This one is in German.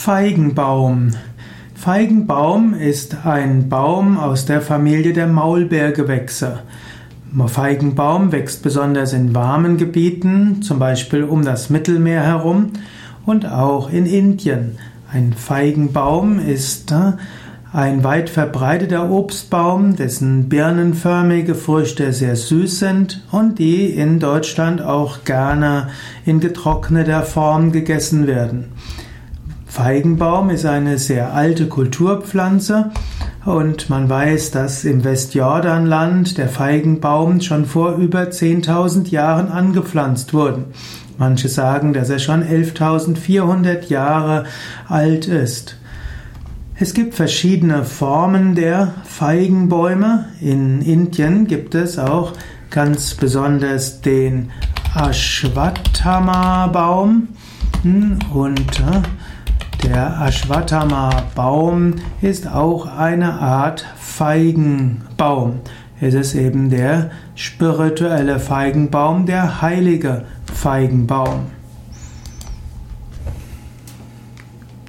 Feigenbaum. Feigenbaum ist ein Baum aus der Familie der Maulbeergewächse. Feigenbaum wächst besonders in warmen Gebieten, zum Beispiel um das Mittelmeer herum und auch in Indien. Ein Feigenbaum ist ein weit verbreiteter Obstbaum, dessen birnenförmige Früchte sehr süß sind und die in Deutschland auch gerne in getrockneter Form gegessen werden. Feigenbaum ist eine sehr alte Kulturpflanze und man weiß, dass im Westjordanland der Feigenbaum schon vor über 10.000 Jahren angepflanzt wurde. Manche sagen, dass er schon 11.400 Jahre alt ist. Es gibt verschiedene Formen der Feigenbäume. In Indien gibt es auch ganz besonders den Ashwatthama-Baum und der Ashwatthama-Baum ist auch eine Art Feigenbaum. Es ist eben der spirituelle Feigenbaum, der heilige Feigenbaum.